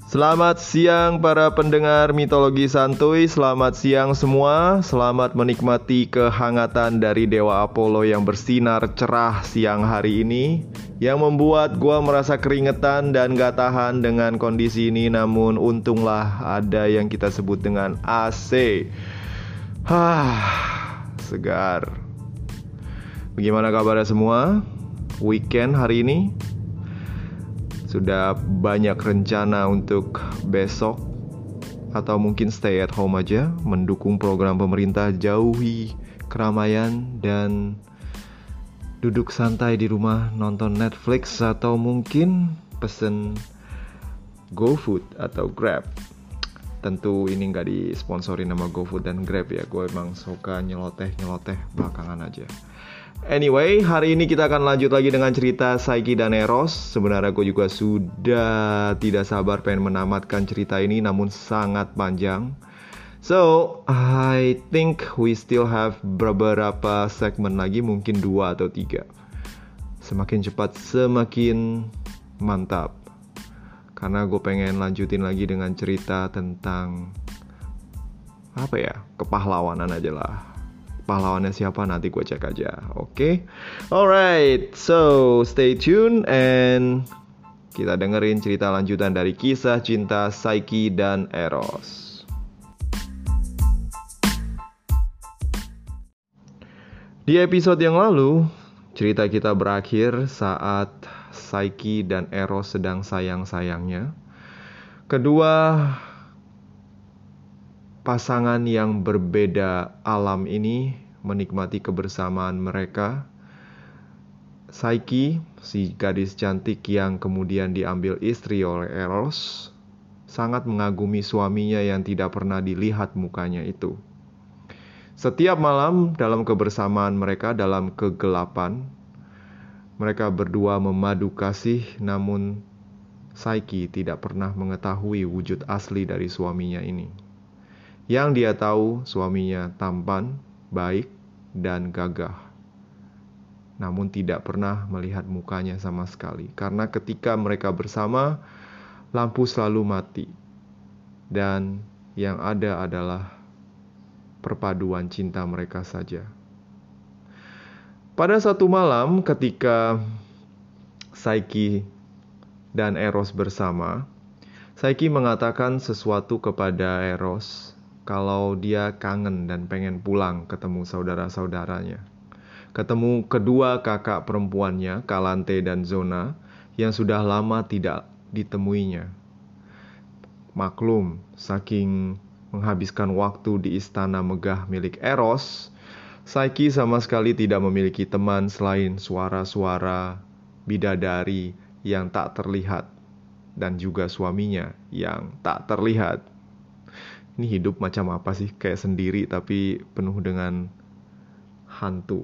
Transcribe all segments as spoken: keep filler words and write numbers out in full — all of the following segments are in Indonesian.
Selamat siang para pendengar mitologi santuy, selamat siang semua. Selamat menikmati kehangatan dari Dewa Apollo yang bersinar cerah siang hari ini, yang membuat gua merasa keringetan dan gak tahan dengan kondisi ini. Namun untunglah ada yang kita sebut dengan A C. Hah, segar. Bagaimana kabarnya semua? Weekend hari ini? Sudah banyak rencana untuk besok, atau mungkin stay at home aja, mendukung program pemerintah, jauhi keramaian dan duduk santai di rumah nonton Netflix, atau mungkin pesen GoFood atau Grab. Tentu ini nggak disponsori nama GoFood dan Grab ya, gue emang suka nyeloteh-nyeloteh belakangan aja. Anyway, hari ini kita akan lanjut lagi dengan cerita Psyche dan Eros. Sebenarnya gue juga sudah tidak sabar pengen menamatkan cerita ini, namun sangat panjang. So, I think we still have beberapa segmen lagi, mungkin dua atau tiga. Semakin cepat semakin mantap, karena gue pengen lanjutin lagi dengan cerita tentang apa ya, kepahlawanan aja lah. Pahlawannya siapa nanti gue cek aja. Oke, okay? Alright, so stay tune and kita dengerin cerita lanjutan dari kisah cinta Psyche dan Eros. Di episode yang lalu, cerita kita berakhir saat Psyche dan Eros sedang sayang-sayangnya. Kedua pasangan yang berbeda alam ini menikmati kebersamaan mereka. Psyche, si gadis cantik yang kemudian diambil istri oleh Eros, sangat mengagumi suaminya yang tidak pernah dilihat mukanya itu. Setiap malam dalam kebersamaan mereka dalam kegelapan, mereka berdua memadu kasih, namun Psyche tidak pernah mengetahui wujud asli dari suaminya ini. Yang dia tahu, suaminya tampan, baik, dan gagah. Namun tidak pernah melihat mukanya sama sekali. Karena ketika mereka bersama, lampu selalu mati. Dan yang ada adalah perpaduan cinta mereka saja. Pada satu malam ketika Psyche dan Eros bersama, Psyche mengatakan sesuatu kepada Eros, kalau dia kangen dan pengen pulang ketemu saudara-saudaranya. Ketemu kedua kakak perempuannya, Kalante dan Zona, yang sudah lama tidak ditemuinya. Maklum, saking menghabiskan waktu di istana megah milik Eros, Psyche sama sekali tidak memiliki teman selain suara-suara bidadari yang tak terlihat, dan juga suaminya yang tak terlihat. Ini hidup macam apa sih? Kayak sendiri tapi penuh dengan hantu.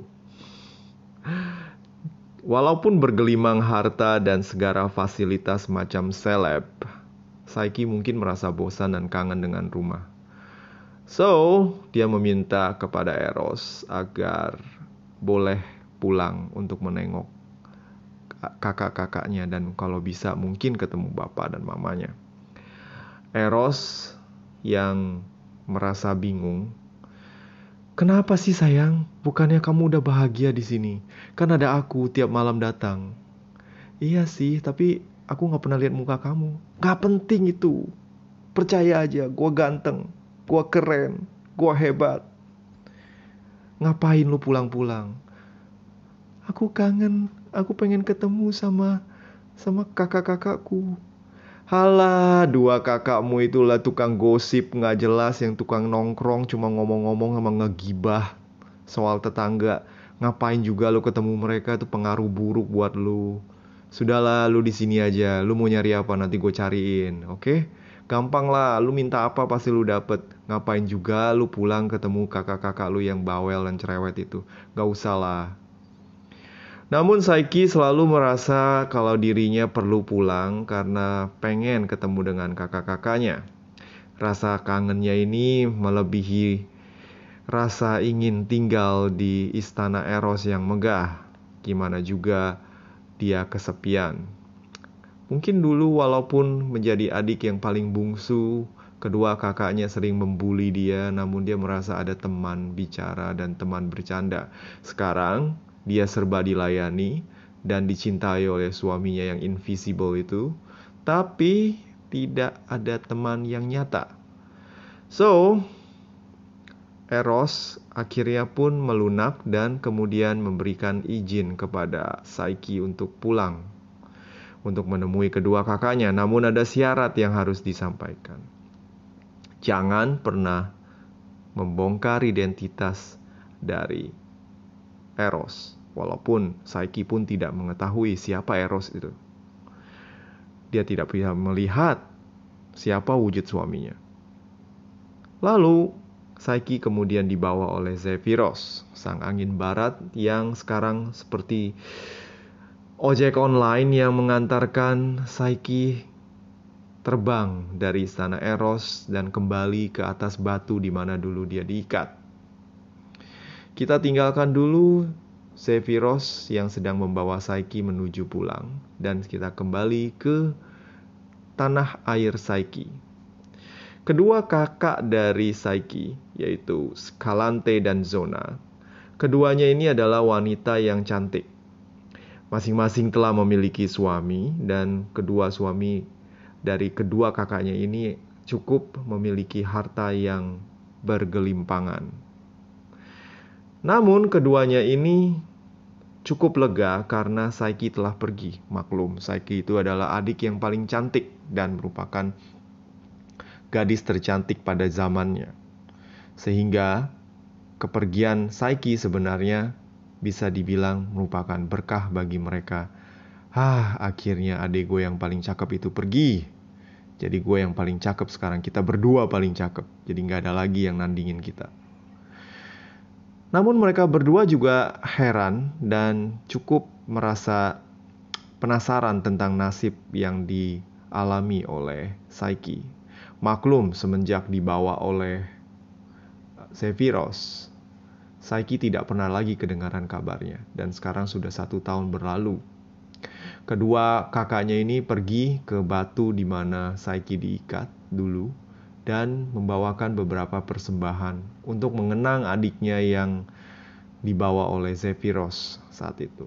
Walaupun bergelimang harta dan segala fasilitas macam seleb, Psyche mungkin merasa bosan dan kangen dengan rumah. So, dia meminta kepada Eros agar boleh pulang untuk menengok kakak-kakaknya dan kalau bisa mungkin ketemu bapak dan mamanya. Eros yang merasa bingung. Kenapa sih sayang? Bukannya kamu udah bahagia di sini? Kan ada aku tiap malam datang. Iya sih, tapi aku gak pernah lihat muka kamu. Gak penting itu. Percaya aja, gue ganteng, gue keren, gue hebat. Ngapain lu pulang-pulang? Aku kangen, aku pengen ketemu sama sama kakak-kakakku. Halah, dua kakakmu itulah tukang gosip gak jelas, yang tukang nongkrong cuma ngomong-ngomong sama ngegibah soal tetangga. Ngapain juga lu ketemu mereka, itu pengaruh buruk buat lu. Sudahlah, lu di sini aja. Lu mau nyari apa nanti gue cariin, oke? Okay? Gampang lah, lu minta apa pasti lu dapet. Ngapain juga lu pulang ketemu kakak-kakak lu yang bawel dan cerewet itu. Gak usah lah. Namun Psyche selalu merasa kalau dirinya perlu pulang karena pengen ketemu dengan kakak-kakaknya. Rasa kangennya ini melebihi rasa ingin tinggal di istana Eros yang megah. Gimana juga dia kesepian. Mungkin dulu walaupun menjadi adik yang paling bungsu, kedua kakaknya sering membuli dia, namun dia merasa ada teman bicara dan teman bercanda. Sekarang dia serba dilayani dan dicintai oleh suaminya yang invisible itu, tapi tidak ada teman yang nyata. So, Eros akhirnya pun melunak dan kemudian memberikan izin kepada Psyche untuk pulang, untuk menemui kedua kakaknya. Namun ada syarat yang harus disampaikan. Jangan pernah membongkar identitas dari Eros, walaupun Psyche pun tidak mengetahui siapa Eros itu. Dia tidak bisa melihat siapa wujud suaminya. Lalu Psyche kemudian dibawa oleh Zephyros, sang angin barat yang sekarang seperti ojek online yang mengantarkan Psyche terbang dari istana Eros dan kembali ke atas batu di mana dulu dia diikat. Kita tinggalkan dulu Zephyros yang sedang membawa Psyche menuju pulang, dan kita kembali ke tanah air Psyche. Kedua kakak dari Psyche, yaitu Scalante dan Zona, keduanya ini adalah wanita yang cantik. Masing-masing telah memiliki suami, dan kedua suami dari kedua kakaknya ini cukup memiliki harta yang bergelimpangan. Namun keduanya ini cukup lega karena Psyche telah pergi. Maklum, Psyche itu adalah adik yang paling cantik dan merupakan gadis tercantik pada zamannya. Sehingga kepergian Psyche sebenarnya bisa dibilang merupakan berkah bagi mereka. Ah, akhirnya adik gue yang paling cakep itu pergi. Jadi gue yang paling cakep sekarang. Kita berdua paling cakep. Jadi gak ada lagi yang nandingin kita. Namun mereka berdua juga heran dan cukup merasa penasaran tentang nasib yang dialami oleh Psyche. Maklum, semenjak dibawa oleh Zephyros, Psyche tidak pernah lagi kedengaran kabarnya. Dan sekarang sudah satu tahun berlalu. Kedua kakaknya ini pergi ke batu di mana Psyche diikat dulu dan membawakan beberapa persembahan untuk mengenang adiknya yang dibawa oleh Zephyros saat itu.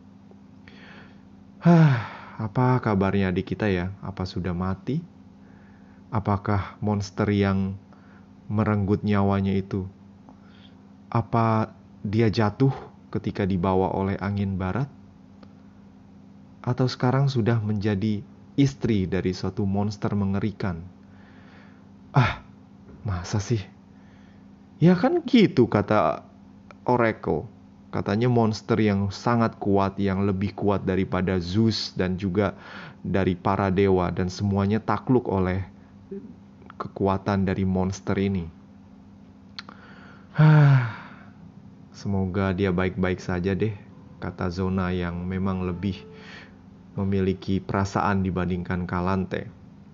Hah, apa kabarnya adik kita ya? Apa sudah mati? Apakah monster yang merenggut nyawanya itu, apa dia jatuh ketika dibawa oleh angin barat? Atau sekarang sudah menjadi istri dari suatu monster mengerikan? Ah, masa sih? Ya kan gitu kata Oracle. Katanya monster yang sangat kuat, yang lebih kuat daripada Zeus dan juga dari para dewa, dan semuanya takluk oleh kekuatan dari monster ini. Hah, semoga dia baik-baik saja deh, kata Zona yang memang lebih memiliki perasaan dibandingkan Kalante.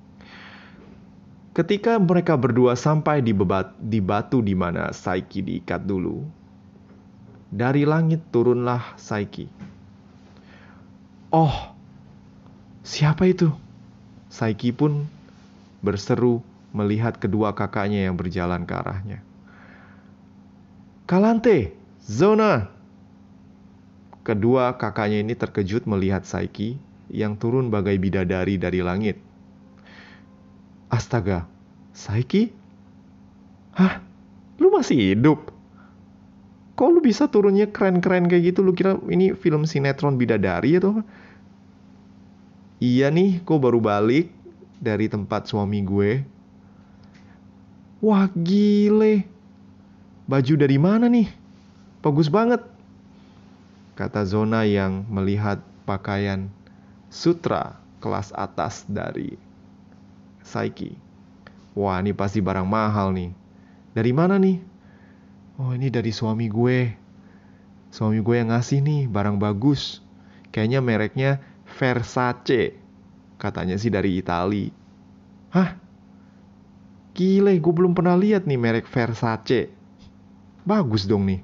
Ketika mereka berdua sampai di, bebat, di batu di mana Psyche diikat dulu, dari langit turunlah Psyche. Oh, siapa itu? Psyche pun berseru melihat kedua kakaknya yang berjalan ke arahnya. Kalante, Zona. Kedua kakaknya ini terkejut melihat Psyche yang turun bagai bidadari dari langit. Astaga, Psyche? Hah? Lu masih hidup? Kok lu bisa turunnya keren-keren kayak gitu? Lu kira ini film sinetron bidadari atau apa? Iya nih, kok baru balik dari tempat suami gue. Wah, gile. Baju dari mana nih? Bagus banget, kata Zona yang melihat pakaian sutra kelas atas dari Psyche. Wah, ini pasti barang mahal nih. Dari mana nih? Oh, ini dari suami gue. Suami gue yang ngasih nih, barang bagus. Kayaknya mereknya Versace. Katanya sih dari Itali. Hah? Gile, gue belum pernah lihat nih merek Versace. Bagus dong nih.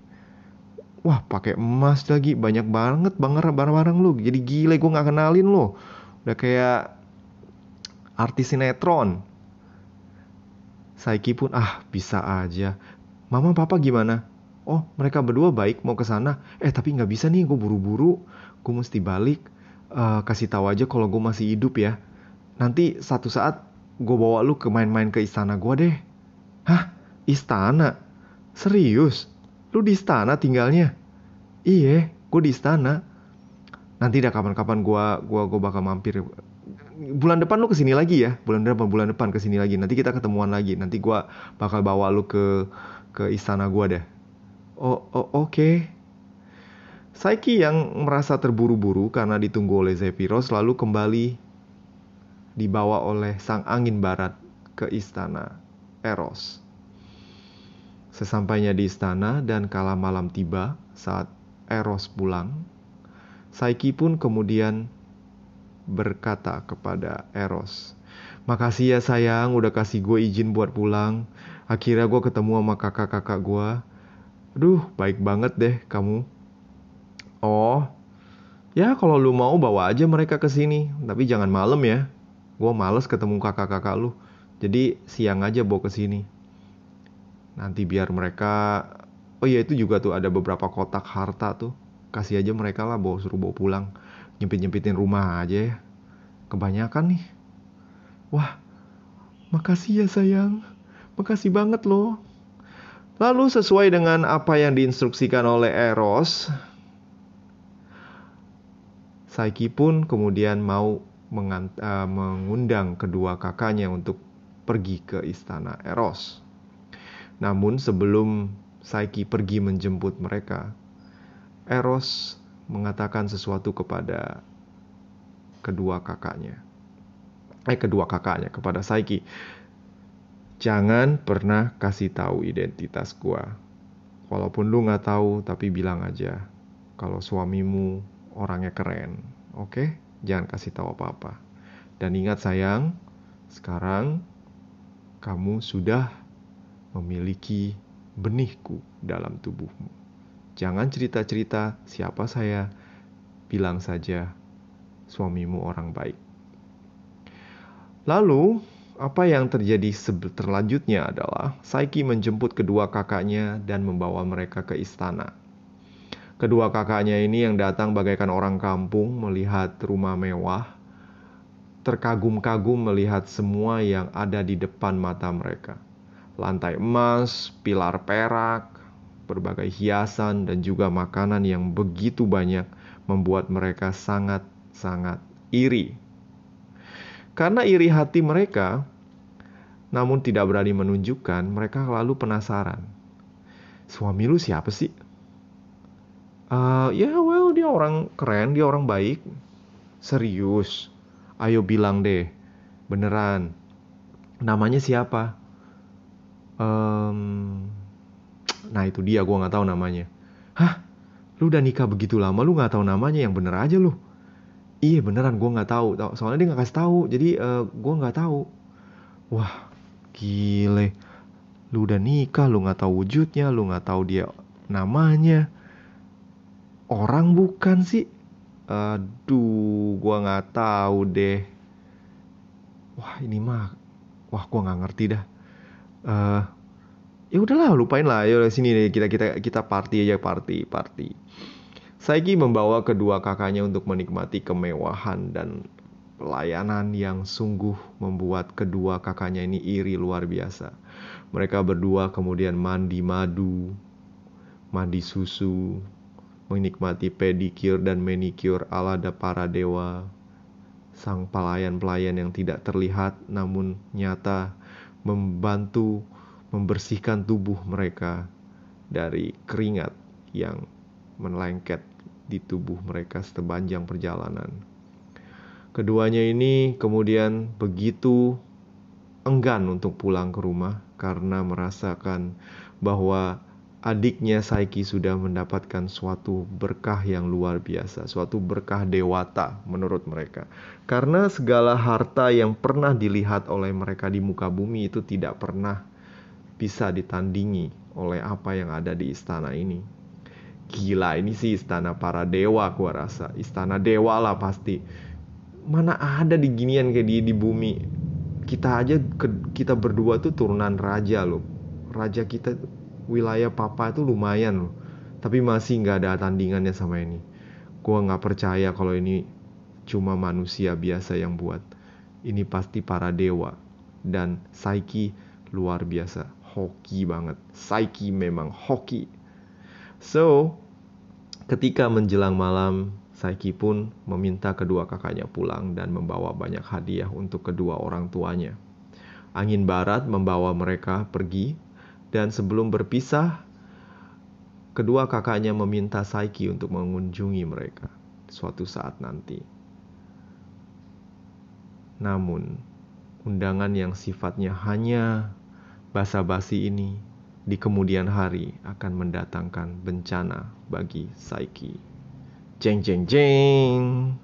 Wah, pakai emas lagi, banyak banget barang-barang lu. Jadi gile, gue nggak kenalin lo. Udah kayak artis sinetron. Saiki pun, ah bisa aja. Mama papa gimana? Oh mereka berdua baik mau ke sana. Eh tapi nggak bisa nih, gue buru-buru. Gue mesti balik. Eh, kasih tahu aja kalau gue masih hidup ya. Nanti satu saat gue bawa lu ke main-main ke istana gue deh. Hah? Istana? Serius? Lu di istana tinggalnya? Iya, gue di istana. Nanti dah kapan-kapan gue gua gua bakal mampir. Bulan depan lu kesini lagi ya. Bulan depan bulan depan kesini lagi. Nanti kita ketemuan lagi. Nanti gue bakal bawa lu ke ke istana gue deh. Oh, oh oke. Okay. Saiki yang merasa terburu-buru karena ditunggu oleh Zephyros lalu kembali dibawa oleh sang angin barat ke istana Eros. Sesampainya di istana dan kala malam tiba saat Eros pulang, Saiki pun kemudian berkata kepada Eros, "Makasih ya sayang udah kasih gue izin buat pulang. Akhirnya gue ketemu sama kakak-kakak gue. Aduh baik banget deh kamu. Oh, ya kalau lu mau bawa aja mereka ke sini, tapi jangan malam ya. Gue males ketemu kakak-kakak lu. Jadi siang aja bawa ke sini. Nanti biar mereka, oh iya itu juga tuh ada beberapa kotak harta tuh. Kasih aja mereka lah, bawa suruh bawa pulang. Nyempit-nyempitin rumah aja ya. Kebanyakan nih. Wah, makasih ya sayang. Makasih banget loh." Lalu sesuai dengan apa yang diinstruksikan oleh Eros, Saiki pun kemudian mau mengant- uh, mengundang kedua kakaknya untuk pergi ke istana Eros. Namun sebelum Saiki pergi menjemput mereka, Eros mengatakan sesuatu kepada kedua kakaknya. Eh kedua kakaknya kepada Saiki. "Jangan pernah kasih tahu identitas gua. Walaupun lu nggak tahu, tapi bilang aja kalau suamimu orangnya keren, oke? Jangan kasih tahu apa-apa. Dan ingat sayang, sekarang kamu sudah memiliki benihku dalam tubuhmu. Jangan cerita-cerita siapa saya, bilang saja suamimu orang baik." Lalu, apa yang terjadi selanjutnya adalah Saiki menjemput kedua kakaknya dan membawa mereka ke istana. Kedua kakaknya ini yang datang bagaikan orang kampung melihat rumah mewah, terkagum-kagum melihat semua yang ada di depan mata mereka. Lantai emas, pilar perak, berbagai hiasan dan juga makanan yang begitu banyak membuat mereka sangat-sangat iri. Karena iri hati mereka, namun tidak berani menunjukkan, mereka lalu penasaran. "Suami lu siapa sih?" Uh, ya yeah, well dia orang keren, dia orang baik. "Serius? Ayo bilang deh, beneran. Namanya siapa?" Um, nah itu dia, gue nggak tahu namanya. "Hah? Lu udah nikah begitu lama, lu nggak tahu namanya? Yang bener aja lu." "Iya beneran, gue nggak tahu. Soalnya dia nggak kasih tahu, jadi uh, gue nggak tahu." Wah, gile. Lu udah nikah, lu nggak tahu wujudnya, lu nggak tahu dia namanya. Orang bukan sih? Aduh, gua nggak tahu deh. Wah ini mah, wah gua nggak ngerti dah. Uh, ya udahlah, lupain lah. Ya sini deh kita kita kita party aja, party party. Saiki membawa kedua kakaknya untuk menikmati kemewahan dan pelayanan yang sungguh membuat kedua kakaknya ini iri luar biasa. Mereka berdua kemudian mandi madu, mandi susu, menikmati pedicure dan manicure ala para dewa. Sang pelayan-pelayan yang tidak terlihat namun nyata membantu membersihkan tubuh mereka dari keringat yang melengket di tubuh mereka sepanjang perjalanan. Keduanya ini kemudian begitu enggan untuk pulang ke rumah karena merasakan bahwa adiknya Saiki sudah mendapatkan suatu berkah yang luar biasa, suatu berkah dewata menurut mereka. Karena segala harta yang pernah dilihat oleh mereka di muka bumi itu tidak pernah bisa ditandingi oleh apa yang ada di istana ini. Gila, ini sih istana para dewa gua rasa. Istana dewa lah pasti. mana ada di ginian kayak di, di bumi. Kita aja, ke, kita berdua tuh turunan raja loh. Raja kita, wilayah papa itu lumayan loh. Tapi masih gak ada tandingannya sama ini. Gua gak percaya kalau ini cuma manusia biasa yang buat. Ini pasti para dewa. Dan Saiki luar biasa. Hoki banget. Saiki memang hoki. So, ketika menjelang malam, Saiki pun meminta kedua kakaknya pulang dan membawa banyak hadiah untuk kedua orang tuanya. Angin barat membawa mereka pergi, dan sebelum berpisah, kedua kakaknya meminta Saiki untuk mengunjungi mereka suatu saat nanti. Namun, undangan yang sifatnya hanya basa-basi ini di kemudian hari akan mendatangkan bencana bagi Saiki. Jeng jeng jeng.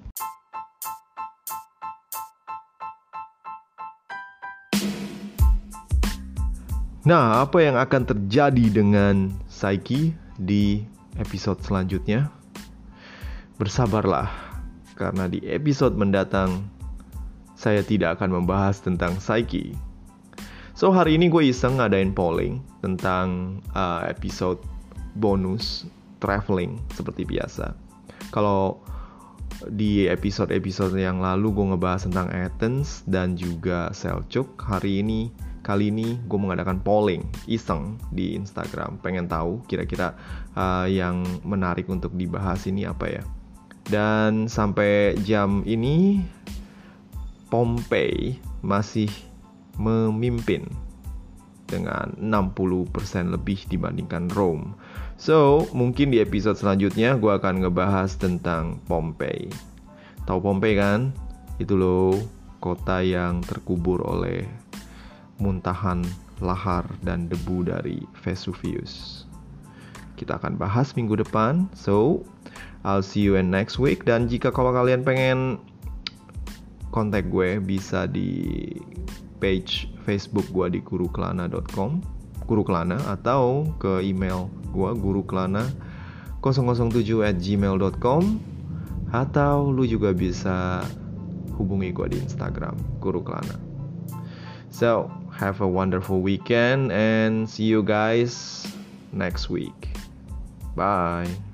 Nah, apa yang akan terjadi dengan Saiki di episode selanjutnya? Bersabarlah, karena di episode mendatang saya tidak akan membahas tentang Saiki. So, hari ini gue iseng ngadain polling tentang uh, episode bonus traveling seperti biasa. Kalau di episode-episode yang lalu gue ngebahas tentang Athens dan juga Seljuk, hari ini, kali ini gue mengadakan polling iseng di Instagram. Pengen tahu kira-kira uh, yang menarik untuk dibahas ini apa ya. Dan sampai jam ini Pompei masih memimpin dengan enam puluh persen lebih dibandingkan Rome. So, mungkin di episode selanjutnya gue akan ngebahas tentang Pompei. Tahu Pompei kan? Itu loh, kota yang terkubur oleh muntahan lahar dan debu dari Vesuvius. Kita akan bahas minggu depan. So, I'll see you in next week. Dan jika kalau kalian pengen kontak gue, bisa di page Facebook gue di guruklana dot com, guruklana, atau ke email gue guruklana nol nol tujuh at gmail dot com, atau lu juga bisa hubungi gue di Instagram guruklana. So, have a wonderful weekend and see you guys next week. Bye.